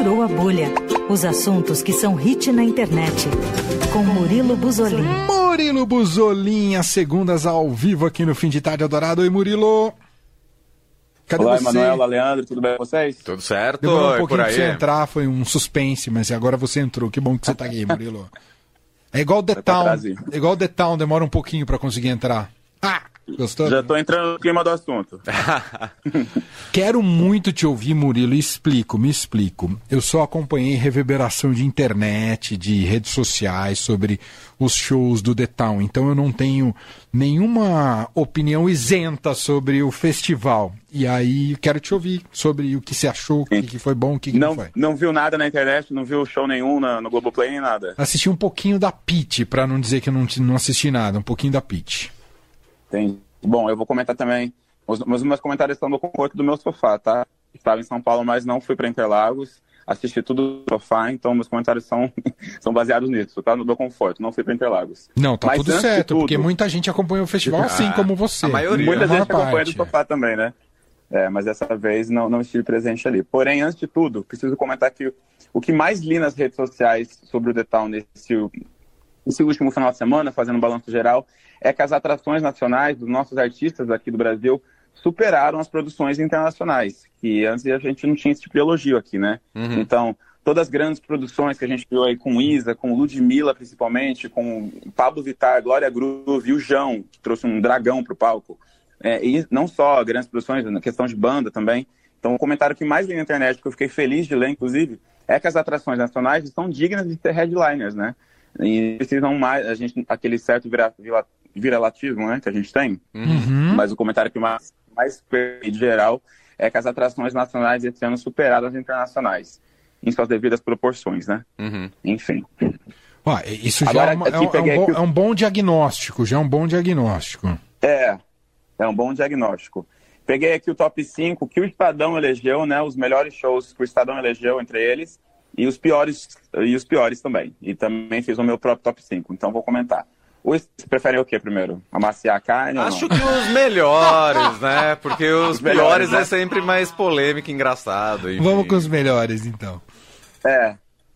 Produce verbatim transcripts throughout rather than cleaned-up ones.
Estourou a Bolha. Os assuntos que são hit na internet. Com Murilo Buzolin. Murilo Buzolin, às segundas ao vivo aqui no Fim de Tarde Eldorado. Oi, Murilo. Cadê Olá, você? Emanuela, Leandro, tudo bem com vocês? Tudo certo. Demorou um é pouquinho por pra aí. você entrar, foi um suspense, mas agora você entrou. Que bom que você tá aqui, Murilo. É igual The Town. É igual The Town, demora um pouquinho pra conseguir entrar. Ah, gostou? Já tô entrando no clima do assunto. Quero muito te ouvir, Murilo, e explico, me explico. Eu só acompanhei reverberação de internet, de redes sociais sobre os shows do The Town, então eu não tenho nenhuma opinião isenta sobre o festival. E aí quero te ouvir sobre o que você achou, o que, que foi bom, o que, que não, não foi. Não viu nada na internet, não viu show nenhum na, no Globoplay, nem nada? Assisti um pouquinho da Pitty, pra não dizer que eu não, não assisti nada, um pouquinho da Pitty. Tem. Bom, eu vou comentar também. Os, os meus comentários estão no conforto do meu sofá, tá? Estava em São Paulo, mas não fui para Interlagos. Assisti tudo no sofá, então meus comentários são, são baseados nisso, tá? No meu conforto, não fui para Interlagos. Não, tá mas tudo certo, tudo, porque muita gente acompanha o festival assim ah, como você. A maioria. Muita a gente maior acompanha parte, do sofá também, né? É, mas dessa vez não, não estive presente ali. Porém, antes de tudo, preciso comentar que o que mais li nas redes sociais sobre o The Town nesse, nesse último final de semana, fazendo um balanço geral, é que as atrações nacionais dos nossos artistas aqui do Brasil superaram as produções internacionais, que antes a gente não tinha esse tipo de elogio aqui, né? Uhum. Então, todas as grandes produções que a gente viu aí com Isa, com Ludmilla principalmente, com Pablo Vittar, Glória Groove e o João, que trouxe um dragão pro palco, é, e não só grandes produções, na questão de banda também. Então, o comentário que mais li na internet, que eu fiquei feliz de ler, inclusive, é que as atrações nacionais estão dignas de ser headliners, né? E precisam mais, a gente, aquele certo vira, vira, viralatismo, né, que a gente tem. Uhum. Mas o comentário que mais, mais de geral é que as atrações nacionais esse ano superaram as internacionais, em suas devidas proporções, né? Uhum. Enfim. Ó, isso já Agora, é, uma, é, um, é, um bom, é um bom diagnóstico, já é um bom diagnóstico. É, é um bom diagnóstico. Peguei aqui o top cinco que o Estadão elegeu, né, os melhores shows que o Estadão elegeu entre eles, e os piores, e os piores também. E também fiz o meu próprio top cinco, então vou comentar. Você prefere o que primeiro? Amaciar a carne? Acho que os melhores, né? Porque os, os piores melhores, né? É sempre mais polêmico e engraçado. Enfim. Vamos com os melhores, então. É.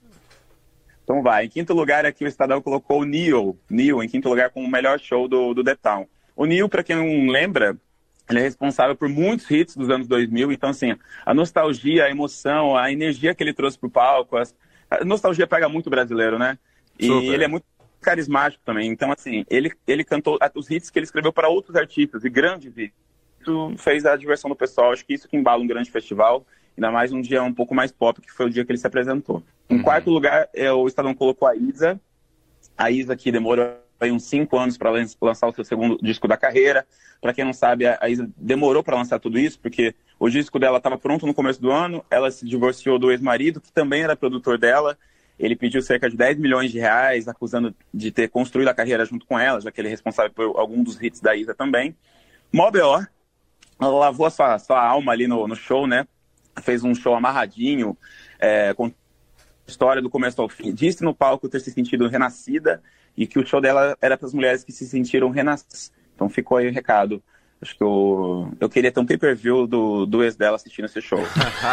Então vai. Em quinto lugar aqui o Estadão colocou o Neo. Neo, em quinto lugar, com o melhor show do, do The Town. O Neo, pra quem não lembra, ele é responsável por muitos hits dos anos dois mil. Então, assim, a nostalgia, a emoção, a energia que ele trouxe pro palco, as... a nostalgia pega muito o brasileiro, né? E Super. Ele é muito carismático também. Então, assim, ele, ele cantou os hits que ele escreveu para outros artistas, e grandes hits. Isso fez a diversão do pessoal. Acho que isso que embala um grande festival, ainda mais um dia um pouco mais pop, que foi o dia que ele se apresentou. Em uhum. quarto lugar, é, o Estadão colocou a Isa. A Isa, que demorou aí uns cinco anos para lançar o seu segundo disco da carreira. Para quem não sabe, a Isa demorou para lançar tudo isso, porque o disco dela estava pronto no começo do ano, ela se divorciou do ex-marido, que também era produtor dela. Ele pediu cerca de dez milhões de reais, acusando de ter construído a carreira junto com ela, já que ele é responsável por algum dos hits da Isa também. Mó B O, ela lavou a sua, sua alma ali no, no show, né? Fez um show amarradinho, é, com história do começo ao fim. Disse no palco ter se sentido renascida e que o show dela era para as mulheres que se sentiram renascidas. Então ficou aí o recado. Acho que eu, eu queria ter um pay-per-view do, do ex dela assistindo esse show.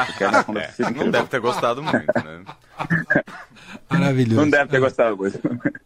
É, não deve ter gostado muito, né? Maravilhoso. Não deve ter gostado muito.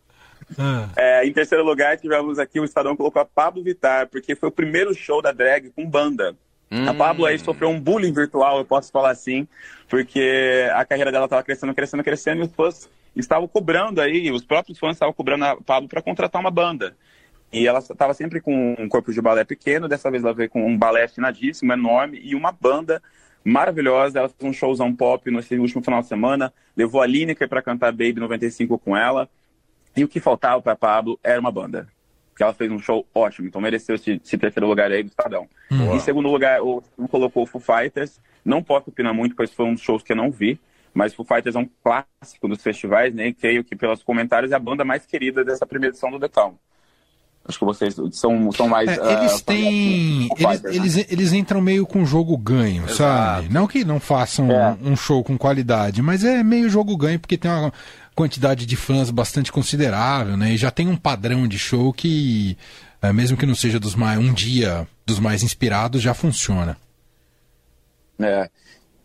Ah. É, em terceiro lugar, tivemos aqui, o Estadão colocou a Pablo Vittar, porque foi o primeiro show da drag com banda. Hum. A Pablo aí sofreu um bullying virtual, eu posso falar assim, porque a carreira dela estava crescendo, crescendo, crescendo, e os fãs estavam cobrando aí, os próprios fãs estavam cobrando a Pablo para contratar uma banda. E ela estava sempre com um corpo de balé pequeno, dessa vez ela veio com um balé afinadíssimo, enorme, e uma banda maravilhosa. Ela fez um showzão pop nesse último final de semana, levou a Lineker para cantar Baby noventa e cinco com ela, e o que faltava para Pablo era uma banda. Porque ela fez um show ótimo, então mereceu esse, esse terceiro lugar aí do Estadão. Uhum. Em segundo lugar, o colocou o Foo Fighters. Não posso opinar muito, pois foi um dos shows que eu não vi, mas Foo Fighters é um clássico dos festivais, né? E creio que pelos comentários é a banda mais querida dessa primeira edição do The Town. Acho que vocês são, são mais... É, eles uh, têm... Eles, Fighters, eles, né? eles entram meio com jogo ganho, Exato. sabe? Não que não façam é. um, um show com qualidade, mas é meio jogo ganho, porque tem uma quantidade de fãs bastante considerável, né? E já tem um padrão de show que, é, mesmo que não seja dos mais, um dia dos mais inspirados, já funciona. É.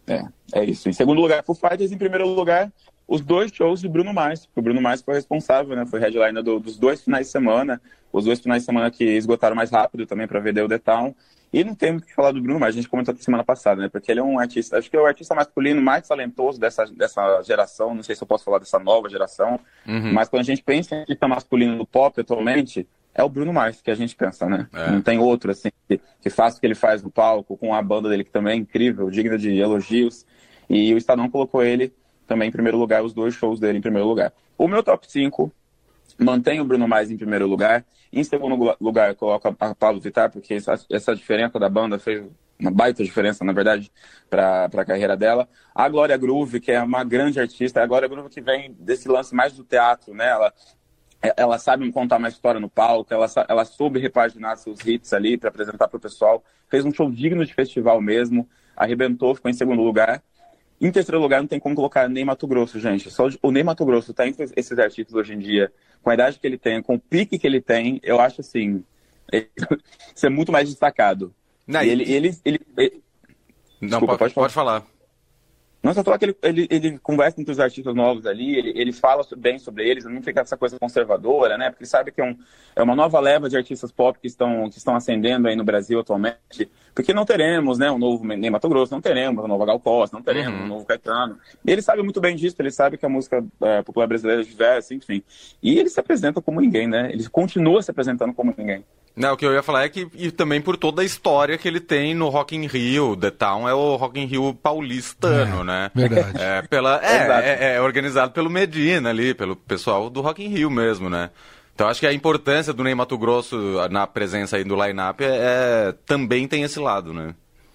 É, é isso. Em segundo lugar, Foo Fighters. Em primeiro lugar, os dois shows de Bruno Mars. O Bruno Mars foi responsável, né? Foi headliner do, dos dois finais de semana. Os dois finais de semana que esgotaram mais rápido também para vender o The Town. E não tem o que falar do Bruno Mars, a gente comentou aqui semana passada, né? Porque ele é um artista, acho que é o artista masculino mais talentoso dessa, dessa geração. Não sei se eu posso falar dessa nova geração. Uhum. Mas quando a gente pensa em artista masculino no pop atualmente, é o Bruno Mars que a gente pensa, né? É. Não tem outro, assim, que, que faça o que ele faz no palco, com a banda dele que também é incrível, digna de elogios. E o Estadão colocou ele também em primeiro lugar, os dois shows dele em primeiro lugar. O meu top cinco mantém o Bruno Mars em primeiro lugar. Em segundo lugar, coloco a Pablo Vittar, porque essa, essa diferença da banda fez uma baita diferença, na verdade, para a carreira dela. A Glória Groove, que é uma grande artista. A Glória Groove que vem desse lance mais do teatro, né? Ela, ela sabe contar uma história no palco, ela, ela soube repaginar seus hits ali para apresentar para o pessoal. Fez um show digno de festival mesmo. Arrebentou, ficou em segundo lugar. Em terceiro lugar, não tem como colocar Ney Matogrosso, gente. Só o Ney Matogrosso tá entre esses artistas hoje em dia, com a idade que ele tem, com o pique que ele tem, eu acho, assim, ser muito mais destacado. Não, e ele, ele, ele, ele... Não, Desculpa, pode, pode falar. Não, só falar que ele, ele, ele conversa entre os artistas novos ali, ele, ele fala bem sobre eles, não fica essa coisa conservadora, né? Porque ele sabe que é, um, é uma nova leva de artistas pop que estão, que estão ascendendo aí no Brasil atualmente. Porque não teremos, né, um novo Ney Matogrosso, não teremos um novo Gal Costa, não teremos uhum. um novo Caetano. E ele sabe muito bem disso, ele sabe que a música é, popular brasileira é diversa, enfim. E ele se apresenta como ninguém, né? Ele continua se apresentando como ninguém. Não, o que eu ia falar é que, e também por toda a história que ele tem no Rock in Rio, The Town é o Rock in Rio paulistano, é, né? Verdade. É, pela, é, é, é organizado pelo Medina ali, pelo pessoal do Rock in Rio mesmo, né? Então acho que a importância do Ney Matogrosso na presença aí do line-up é, é, também tem esse lado, né?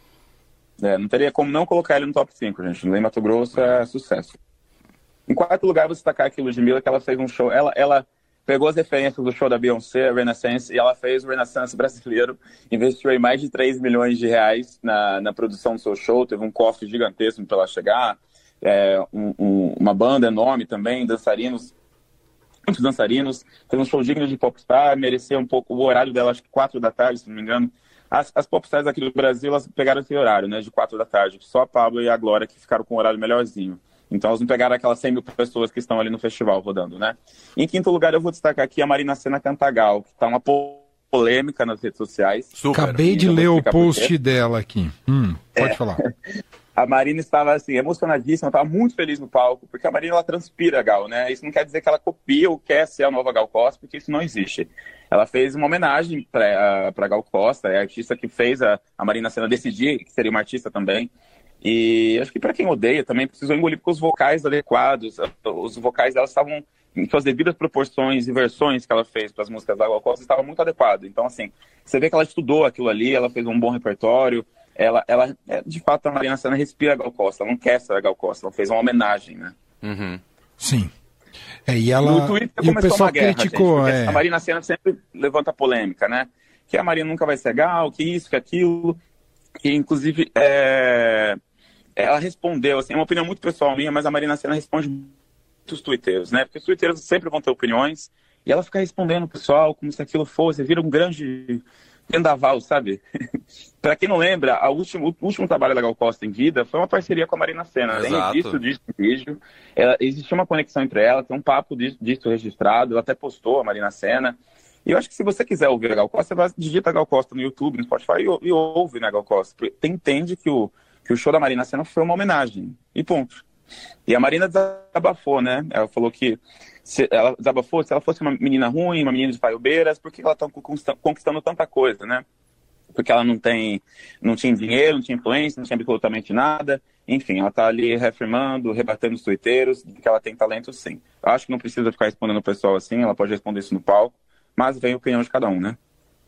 É, não teria como não colocar ele no top cinco, gente. O Ney Matogrosso é sucesso. Em quarto lugar, vou destacar aqui a Ludmilla, que ela fez um show, ela... ela pegou as referências do show da Beyoncé, a Renaissance, e ela fez o Renaissance brasileiro, investiu aí mais de três milhões de reais na, na produção do seu show, teve um cofre gigantesco para ela chegar, é, um, um, uma banda enorme também, dançarinos, muitos dançarinos, fez um show digno de popstar, merecia um pouco o horário dela, acho que quatro da tarde, se não me engano. As, as popstars aqui do Brasil, elas pegaram esse horário, né, de quatro da tarde, só a Pablo e a Glória que ficaram com o horário melhorzinho. Então, eles não pegaram aquelas cem mil pessoas que estão ali no festival rodando, né? Em quinto lugar, eu vou destacar aqui a Marina Sena Cantagal, que está uma polêmica nas redes sociais. Super. Acabei de ler o post dela aqui. Hum, pode é. falar. A Marina estava, assim, emocionadíssima, estava muito feliz no palco, porque a Marina, ela transpira a Gal, né? Isso não quer dizer que ela copia ou quer ser a nova Gal Costa, porque isso não existe. Ela fez uma homenagem para a Gal Costa, é a artista que fez a, a Marina Sena decidir que seria uma artista também. E acho que para quem odeia também precisou engolir porque os vocais adequados, os vocais dela estavam em suas devidas proporções e versões que ela fez para as músicas da Gal Costa, estava muito adequado. Então, assim, você vê que ela estudou aquilo ali, ela fez um bom repertório, ela, ela de fato, a Marina Sena respira a Gal Costa, ela não quer ser a Gal Costa, ela fez uma homenagem, né? Uhum. Sim. É, e ela... No Twitter e começou o pessoal uma guerra, criticou, gente, é... a Marina Sena sempre levanta polêmica, né? Que a Marina nunca vai ser Gal, que isso, que aquilo, que inclusive é... ela respondeu, assim, é uma opinião muito pessoal minha, mas a Marina Sena responde muitos twitteiros, né? Porque os twitteiros sempre vão ter opiniões, e ela fica respondendo o pessoal como se aquilo fosse, vira um grande vendaval, sabe? Pra quem não lembra, a último, o último trabalho da Gal Costa em vida foi uma parceria com a Marina Sena. Tem registro disso no vídeo, ela, existe uma conexão entre elas, tem um papo disso, disso registrado, ela até postou a Marina Sena. E eu acho que se você quiser ouvir a Gal Costa, você vai, digita a Gal Costa no YouTube, no Spotify, e, e ouve, né, a Gal Costa. Porque entende que o que o show da Marina Sena foi uma homenagem, e ponto. E a Marina desabafou, né? Ela falou que se ela desabafou, se ela fosse uma menina ruim, uma menina de paiobeiras, por que ela está conquistando tanta coisa, né? Porque ela não tem, não tinha dinheiro, não tinha influência, não tinha absolutamente nada. Enfim, ela está ali reafirmando, rebatendo os tuiteiros, de que ela tem talento, sim. Eu acho que não precisa ficar respondendo o pessoal assim, ela pode responder isso no palco, mas vem a opinião de cada um, né?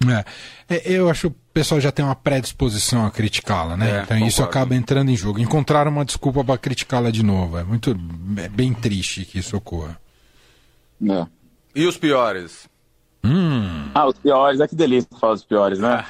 É, eu acho que o pessoal já tem uma predisposição a criticá-la, né? É, então concordo. Isso acaba entrando em jogo. Encontraram uma desculpa para criticá-la de novo. É muito é bem triste que isso ocorra. É. E os piores? Hum. Ah, os piores, é que delícia falar dos piores, né?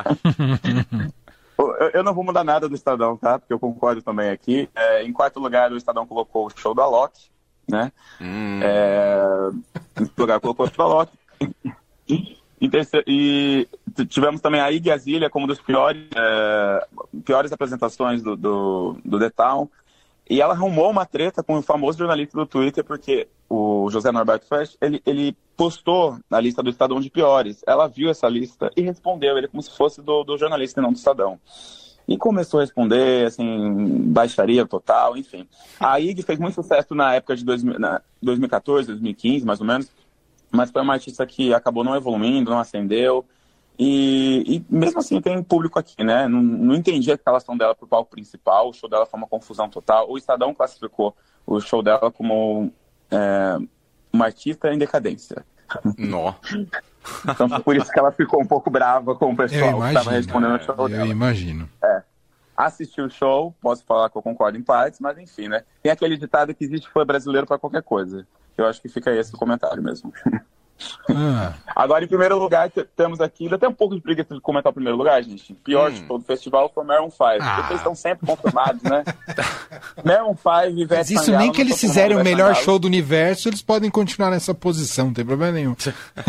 eu, eu não vou mudar nada do Estadão, tá? Porque eu concordo também aqui. É, em quarto lugar, o Estadão colocou o show da Alok, né? Hum. É, em quarto lugar, colocou o show da Alok. Em terceiro, e tivemos também a Iggy Azalea como uma das piores, é, piores apresentações do, do, do The Town. E ela arrumou uma treta com o famoso jornalista do Twitter, porque o José Norberto Freixo, ele, ele postou na lista do Estadão de piores. Ela viu essa lista e respondeu ele como se fosse do, do jornalista e não do Estadão. E começou a responder, assim, baixaria total, enfim. A Iggy fez muito sucesso na época de dois mil, na, dois mil e quatorze, dois mil e quinze, mais ou menos. Mas foi uma artista que acabou não evoluindo, não ascendeu. E, e mesmo assim tem público aqui, né? Não, não entendi a escalação dela pro palco principal. O show dela foi uma confusão total. O Estadão classificou o show dela como é, uma artista em decadência. Nó. Então foi por isso que ela ficou um pouco brava com o pessoal imagino, que estava respondendo o show eu dela. Eu imagino. É. Assisti o show, posso falar que eu concordo em partes, mas enfim, né? Tem aquele ditado que existe foi brasileiro para qualquer coisa. Eu acho que fica esse o comentário mesmo. Ah. Agora, em primeiro lugar, temos aqui, ainda tem um pouco de preguiça de comentar o primeiro lugar, gente. Pior hum. show do festival foi o Maroon cinco. Ah. Porque eles estão sempre confirmados, né? Maroon cinco, Ivete Mas isso Sangalo, nem que eles fizerem o melhor Sangalo. Show do universo, eles podem continuar nessa posição, não tem problema nenhum.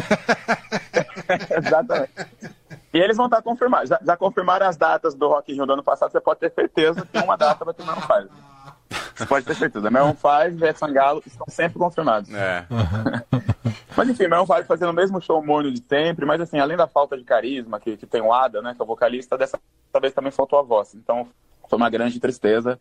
Exatamente. E eles vão estar confirmados. Já, já confirmaram as datas do Rock in Rio do ano passado, você pode ter certeza que uma data vai ter Maroon cinco. Você pode ter certeza. Maroon cinco e Ivete Sangalo estão sempre confirmados. É. Mas enfim, Maroon cinco fazendo o mesmo show morno de sempre, mas assim, além da falta de carisma que, que tem o Adam, né, que é o vocalista, dessa vez também faltou a voz. Então foi uma grande tristeza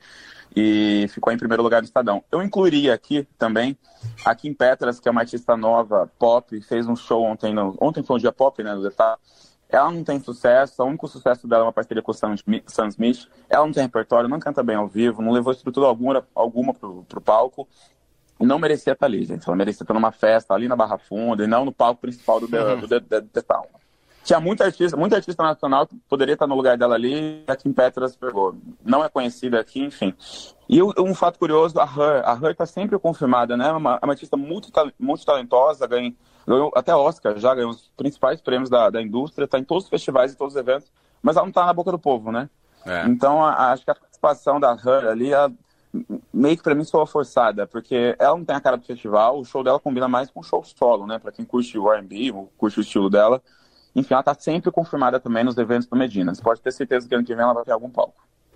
e ficou em primeiro lugar no Estadão. Eu incluiria aqui também a Kim Petras, que é uma artista nova, pop, fez um show ontem, no, ontem foi um dia pop, né, no detalhe. Ela não tem sucesso, o único sucesso dela é uma parceria com o Sam Smith. Ela não tem repertório, não canta bem ao vivo, não levou estrutura alguma, alguma pro, pro palco. E não merecia estar ali, gente. Ela merecia estar numa festa ali na Barra Funda e não no palco principal do The, do The, The, The Town. Tinha muita artista, muita artista nacional que poderia estar no lugar dela ali, a Kim Petras pegou. Não é conhecida aqui, enfim. E um fato curioso, a Her. A Her está sempre confirmada, né? É uma, uma artista muito, muito talentosa, ganha, ganhou até Oscar, já ganhou os principais prêmios da, da indústria, está em todos os festivais e todos os eventos, mas ela não está na boca do povo, né? É. Então, a, acho que a participação da Her ali, ela, meio que pra mim soa forçada, porque ela não tem a cara do festival, o show dela combina mais com o show solo, né? Pra quem curte o R and B, curte o estilo dela. Enfim, ela tá sempre confirmada também nos eventos do Medina. Você pode ter certeza que ano que vem ela vai ter algum palco.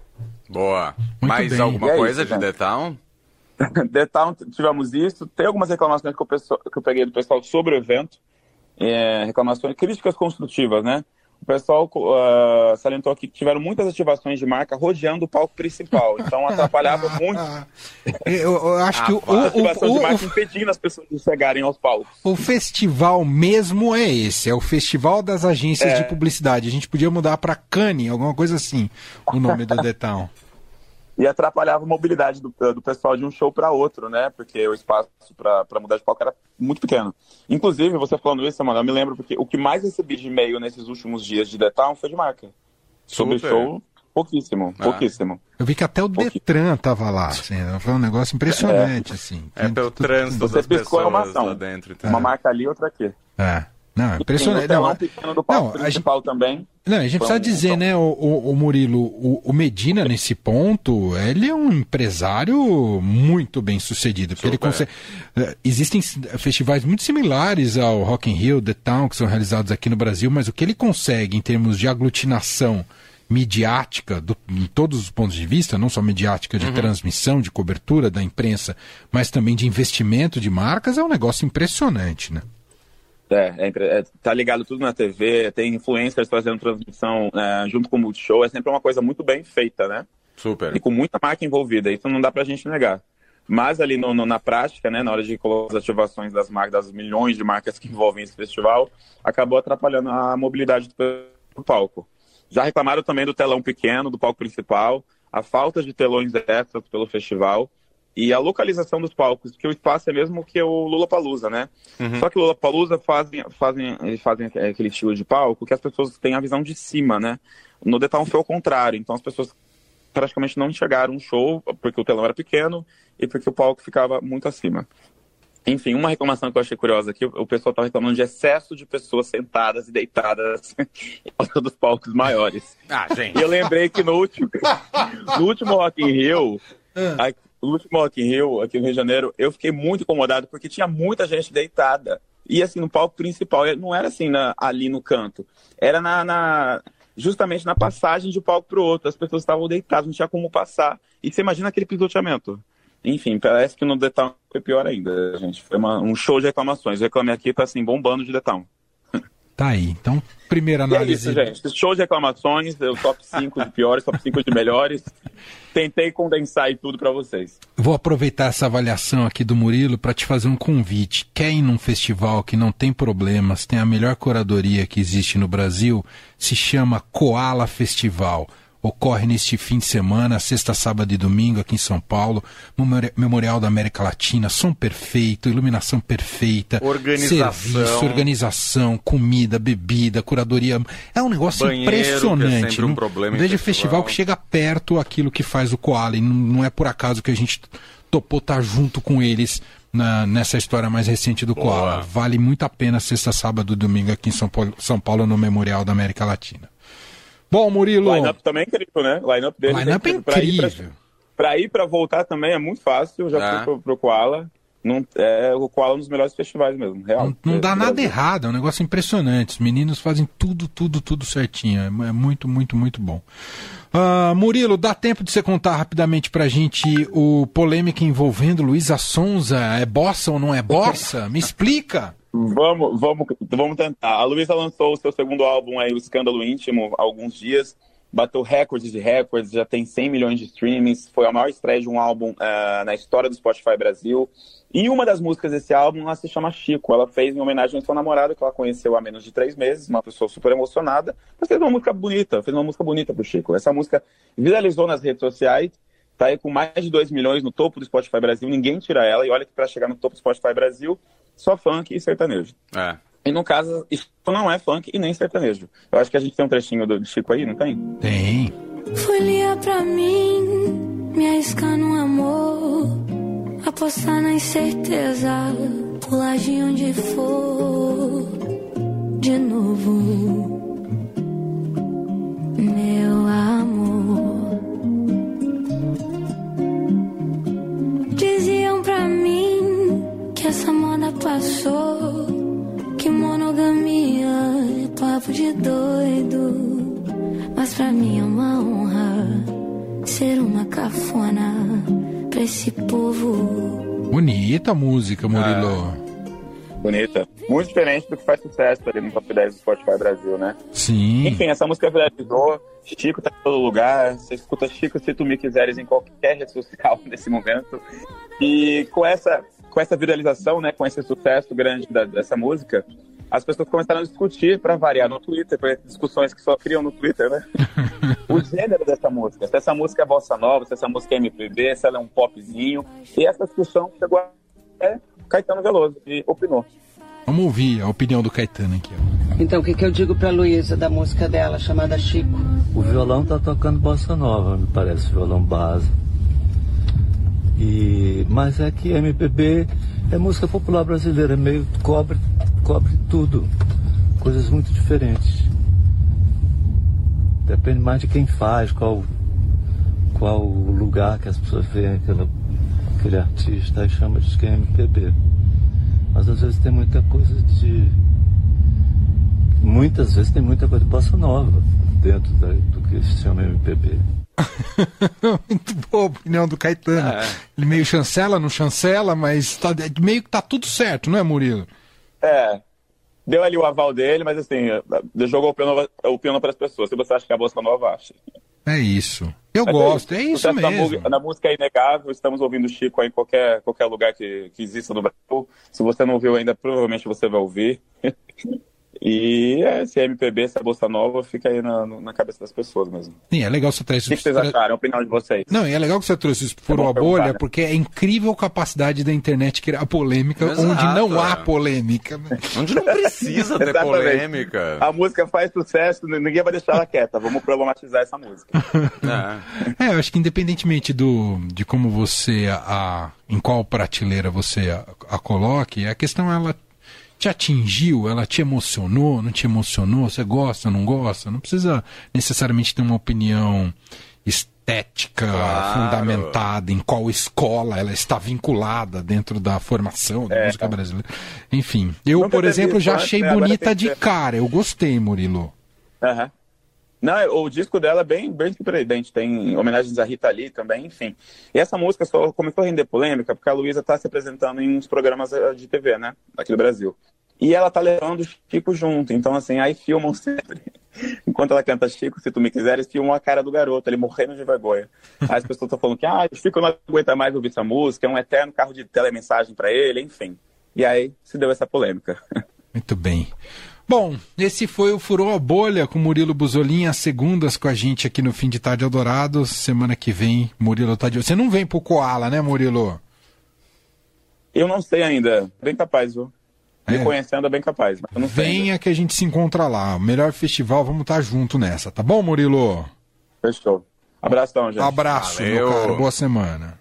Boa. Muito Mais bem. Alguma é coisa isso, de The Town? The Town, tivemos isso. Tem algumas reclamações que eu, pessoal, que eu peguei do pessoal sobre o evento. É, reclamações, críticas construtivas, né? O pessoal uh, salientou que tiveram muitas ativações de marca rodeando o palco principal. Então atrapalhava muito. Eu, eu acho ah, que o, a ativação o, o, de marca o, impedindo as pessoas de chegarem aos palcos. O festival mesmo é esse, é o Festival das Agências é. de Publicidade. A gente podia mudar para Cannes, alguma coisa assim, o nome do The Town. E atrapalhava a mobilidade do, do pessoal de um show para outro, né? Porque o espaço para mudar de palco era muito pequeno. Inclusive, você falando isso, mano, eu me lembro porque o que mais recebi de e-mail nesses últimos dias de The Town foi de marca. Sobre Super. show, pouquíssimo, ah. pouquíssimo. Eu vi que até o Detran tava lá, assim, foi um negócio impressionante, é. assim. É pelo trânsito das pessoas uma ação, lá dentro. Então. Uma marca ali, outra aqui. É. Não, é impressionante. Tem um não, pequeno do palco não, principal gente, também. Não, a gente precisa um, dizer, um... né, o, o, o Murilo, o, o Medina, nesse ponto, ele é um empresário muito bem sucedido. Porque ele consegue... Existem festivais muito similares ao Rock in Rio, The Town, que são realizados aqui no Brasil, mas o que ele consegue em termos de aglutinação midiática, do, em todos os pontos de vista, não só midiática de uhum. transmissão, de cobertura da imprensa, mas também de investimento de marcas, é um negócio impressionante, né? É, é, é, tá ligado tudo na T V, tem influencers fazendo transmissão é, junto com o Multishow, é sempre uma coisa muito bem feita, né? Super. E com muita marca envolvida, isso não dá pra gente negar. Mas ali no, no, na prática, né, na hora de colocar as ativações das marcas, das milhões de marcas que envolvem esse festival, acabou atrapalhando a mobilidade do, do palco. Já reclamaram também do telão pequeno, do palco principal, a falta de telões extras pelo festival, e a localização dos palcos, porque o espaço é mesmo que o Lollapalooza, né? Uhum. Só que o Lollapalooza fazem, fazem, eles fazem aquele estilo de palco que as pessoas têm a visão de cima, né? No The Town foi o contrário, então as pessoas praticamente não enxergaram um show, porque o telão era pequeno e porque o palco ficava muito acima. Enfim, uma reclamação que eu achei curiosa aqui, o pessoal estava reclamando de excesso de pessoas sentadas e deitadas em volta dos palcos maiores. Ah, gente. E eu lembrei que no último, no último Rock in Rio... A, No último Rock in Rio, aqui no Rio de Janeiro, eu fiquei muito incomodado porque tinha muita gente deitada. E assim, no palco principal, não era assim na, ali no canto, era na, na, justamente na passagem de um palco pro outro. As pessoas estavam deitadas, não tinha como passar. E você imagina aquele pisoteamento. Enfim, parece que no The Town foi pior ainda, gente. Foi uma, um show de reclamações. O Reclame Aqui tá assim, bombando de The Town. Tá aí. Então, primeira análise. E é isso, gente. Show de reclamações, o top cinco de piores, top cinco de melhores. Tentei condensar aí tudo pra vocês. Vou aproveitar essa avaliação aqui do Murilo para te fazer um convite. Quer ir num festival que não tem problemas, tem a melhor curadoria que existe no Brasil, se chama Koala Festival. Ocorre neste fim de semana, sexta, sábado e domingo, aqui em São Paulo. Memorial da América Latina, som perfeito, iluminação perfeita, organização, serviço, organização, comida, bebida, curadoria. É um negócio banheiro, impressionante. Que é sempre um problema em festival. festival que chega perto aquilo que faz o Koala. E não é por acaso que a gente topou estar junto com eles na, nessa história mais recente do Koala. Boa. Vale muito a pena sexta, sábado e domingo aqui em São Paulo, São Paulo, no Memorial da América Latina. Bom, Murilo... O line-up também é incrível, né? O line-up dele... Line-up é incrível. Pra ir pra voltar também é muito fácil. Eu já é. fui pro, pro Koala. Não, é, o Koala é um dos melhores festivais mesmo, real. Não, não dá nada errado, é um negócio impressionante. Os meninos fazem tudo, tudo, tudo certinho. É muito, muito, muito bom. Uh, Murilo, dá tempo de você contar rapidamente pra gente o polêmica envolvendo Luísa Sonza? É bossa ou não é bossa? Me explica! Vamos, vamos, vamos tentar. A Luísa lançou o seu segundo álbum, aí, O Escândalo Íntimo, há alguns dias. Bateu recordes de recordes, já tem cem milhões de streamings. Foi a maior estreia de um álbum uh, na história do Spotify Brasil. E uma das músicas desse álbum, ela se chama Chico. Ela fez em homenagem ao seu namorado, que ela conheceu há menos de três meses, uma pessoa super emocionada. Mas fez uma música bonita, fez uma música bonita pro Chico. Essa música viralizou nas redes sociais, tá aí com mais de dois milhões no topo do Spotify Brasil. Ninguém tira ela. E olha que para chegar no topo do Spotify Brasil, só funk e sertanejo. É. E no caso, isso não é funk e nem sertanejo. Eu acho que a gente tem um trechinho do Chico aí, não tem? Tem. Folia pra mim, me arriscar no amor, apostar na incerteza, pular de onde for, de novo, meu amor. Diziam pra mim que essa moda passou, que monogamia é papo de doido, mas pra mim é uma honra ser uma cafona pra esse povo. Bonita a música, Murilo. Ah, bonita. Muito diferente do que faz sucesso ali no top dez do Spotify Brasil, né? Sim. Enfim, essa música viralizou. Chico tá em todo lugar. Você escuta Chico Se Tu Me Quiseres em qualquer rede social nesse momento. E com essa... com essa viralização, né, com esse sucesso grande da, dessa música, as pessoas começaram a discutir, para variar, no Twitter, por discussões que só criam no Twitter, né? O gênero dessa música. Se essa música é bossa nova, se essa música é M P B, se ela é um popzinho. E essa discussão chegou a é, Caetano Veloso, e opinou. Vamos ouvir a opinião do Caetano aqui. Ó. Então, o que, que eu digo pra Luísa da música dela, chamada Chico? O violão tá tocando bossa nova, me parece, violão base. E, mas é que M P B é música popular brasileira, meio cobre, cobre tudo, coisas muito diferentes. Depende mais de quem faz, qual, qual o lugar que as pessoas veem aquela, aquele artista e chama de que é M P B. Mas às vezes tem muita coisa de... Muitas vezes tem muita coisa de bossa nova dentro da, do que se chama M P B. Muito boa a opinião do Caetano. É. Ele meio chancela, não chancela, mas tá, meio que tá tudo certo, não é, Murilo? É, deu ali o aval dele, mas assim, jogou o piano para as pessoas. Se você acha que é a bossa nova, acha. É isso. Eu mas gosto, é isso, é isso mesmo. Na música é inegável, estamos ouvindo o Chico aí em qualquer, qualquer lugar que, que exista no Brasil. Se você não ouviu ainda, provavelmente você vai ouvir. E é, se é M P B, se é bossa nova, fica aí na, na cabeça das pessoas mesmo. Sim, é legal você trazer isso. O que vocês acharam? A opinião de vocês? Não, e é legal que você trouxe isso por uma bolha, né? Porque é incrível a capacidade da internet criar polêmica. Exato, onde não há polêmica. Né? Onde não precisa ter polêmica. A música faz sucesso, ninguém vai deixar ela quieta. Vamos problematizar essa música. É, eu acho que independentemente do, de como você, a, a, em qual prateleira você a, a coloque, a questão ela te atingiu, ela te emocionou, não te emocionou, você gosta, não gosta, não precisa necessariamente ter uma opinião estética Claro. fundamentada, em qual escola ela está vinculada dentro da formação da É. música brasileira. Enfim, eu, Nunca por teve exemplo, isso já antes, achei né? Agora bonita tem que de ter. cara. Eu gostei, Murilo. Aham. Não, o disco dela é bem, bem surpreendente, tem homenagens a Rita Lee também, enfim. E essa música só começou a render polêmica porque a Luísa está se apresentando em uns programas de T V, né, aqui do Brasil. E ela tá levando o Chico junto, então assim, aí filmam sempre. Enquanto ela canta Chico, se tu me quiseres, filmam a cara do garoto, ele morrendo de vergonha. Aí as pessoas estão falando que, ah, o Chico não aguenta mais ouvir essa música, é um eterno carro de telemensagem para ele, enfim. E aí se deu essa polêmica. Muito bem. Bom, esse foi o Furou a Bolha com Murilo Buzolin, às segundas com a gente aqui no Fim de Tarde Eldorado. Semana que vem, Murilo tá de... Você não vem pro Koala, né, Murilo? Eu não sei ainda, bem capaz, viu? Me É. conhecendo é bem capaz, mas eu não sei ainda. Venha que a gente se encontra lá. O melhor festival, vamos estar junto nessa, tá bom, Murilo? Fechou. Abração, gente. Abraço, meu Valeu. caro. Boa semana.